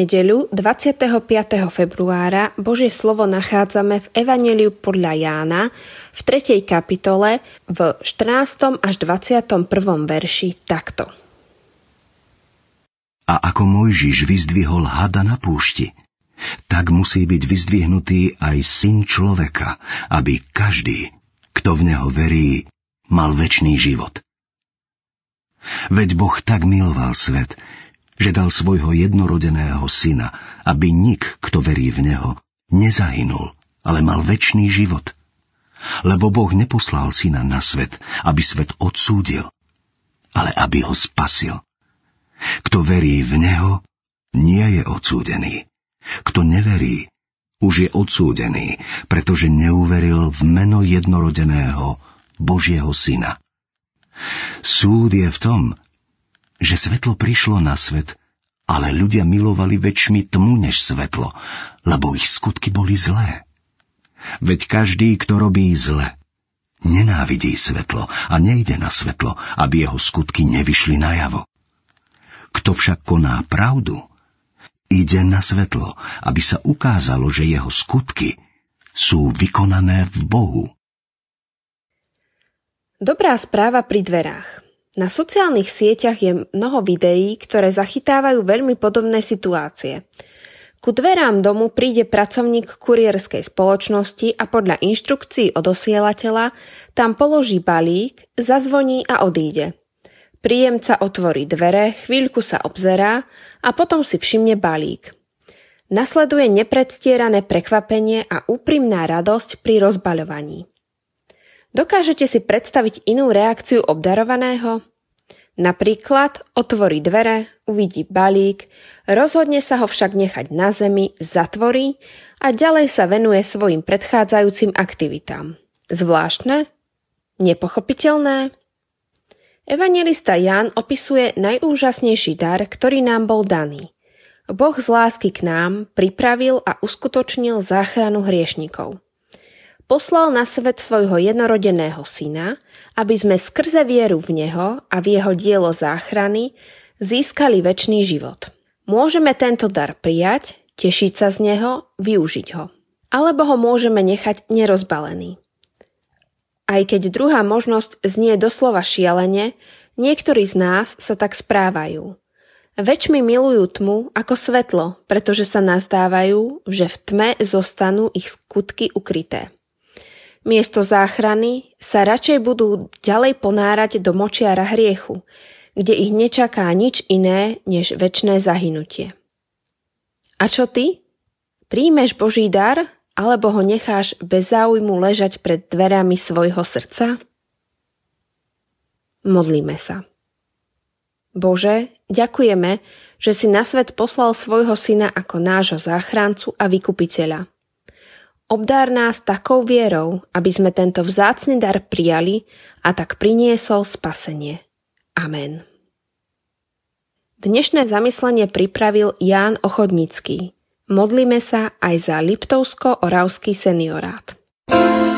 nedeľu 25. februára Božie slovo nachádzame v Evanjeliu podľa Jána v 3. kapitole v 14. až 21. verši takto. A ako Mojžiš vyzdvihol hada na púšti, tak musí byť vyzdvihnutý aj Syn človeka, aby každý, kto v neho verí, mal večný život. Veď Boh tak miloval svet, že dal svojho jednorodeného syna, aby nik, kto verí v neho, nezahynul, ale mal večný život. Lebo Boh neposlal syna na svet, aby svet odsúdil, ale aby ho spasil. Kto verí v neho, nie je odsúdený. Kto neverí, už je odsúdený, pretože neuveril v meno jednorodeného Božieho syna. Súd je v tom, že svetlo prišlo na svet, ale ľudia milovali väčšmi tmu než svetlo, lebo ich skutky boli zlé. Veď každý, kto robí zle, nenávidí svetlo a nejde na svetlo, aby jeho skutky nevyšli najavo. Kto však koná pravdu, ide na svetlo, aby sa ukázalo, že jeho skutky sú vykonané v Bohu. Dobrá správa pri dverách. Na sociálnych sieťach je mnoho videí, ktoré zachytávajú veľmi podobné situácie. Ku dverám domu príde pracovník kurierskej spoločnosti a podľa inštrukcií od osielateľa tam položí balík, zazvoní a odíde. Príjemca otvorí dvere, chvíľku sa obzerá a potom si všimne balík. Nasleduje nepredstierané prekvapenie a úprimná radosť pri rozbaľovaní. Dokážete si predstaviť inú reakciu obdarovaného? Napríklad otvorí dvere, uvidí balík, rozhodne sa ho však nechať na zemi, zatvorí a ďalej sa venuje svojim predchádzajúcim aktivitám. Zvláštne? Nepochopiteľné? Evanjelista Ján opisuje najúžasnejší dar, ktorý nám bol daný. Boh z lásky k nám pripravil a uskutočnil záchranu hriešnikov. Poslal na svet svojho jednorodeného syna, aby sme skrze vieru v neho a v jeho dielo záchrany získali večný život. Môžeme tento dar prijať, tešiť sa z neho, využiť ho. Alebo ho môžeme nechať nerozbalený. Aj keď druhá možnosť znie doslova šialene, niektorí z nás sa tak správajú. Väčšmi milujú tmu ako svetlo, pretože sa nazdávajú, že v tme zostanú ich skutky ukryté. Miesto záchrany sa radšej budú ďalej ponárať do močiara hriechu, kde ich nečaká nič iné než večné zahynutie. A čo ty? Príjmeš Boží dar, alebo ho necháš bez záujmu ležať pred dverami svojho srdca? Modlíme sa. Bože, ďakujeme, že si na svet poslal svojho syna ako nášho záchrancu a vykupiteľa. Obdár nás takou vierou, aby sme tento vzácny dar prijali a tak priniesol spasenie. Amen. Dnešné zamyslenie pripravil Ján Ochodnický. Modlíme sa aj za Liptovsko-Oravský seniorát.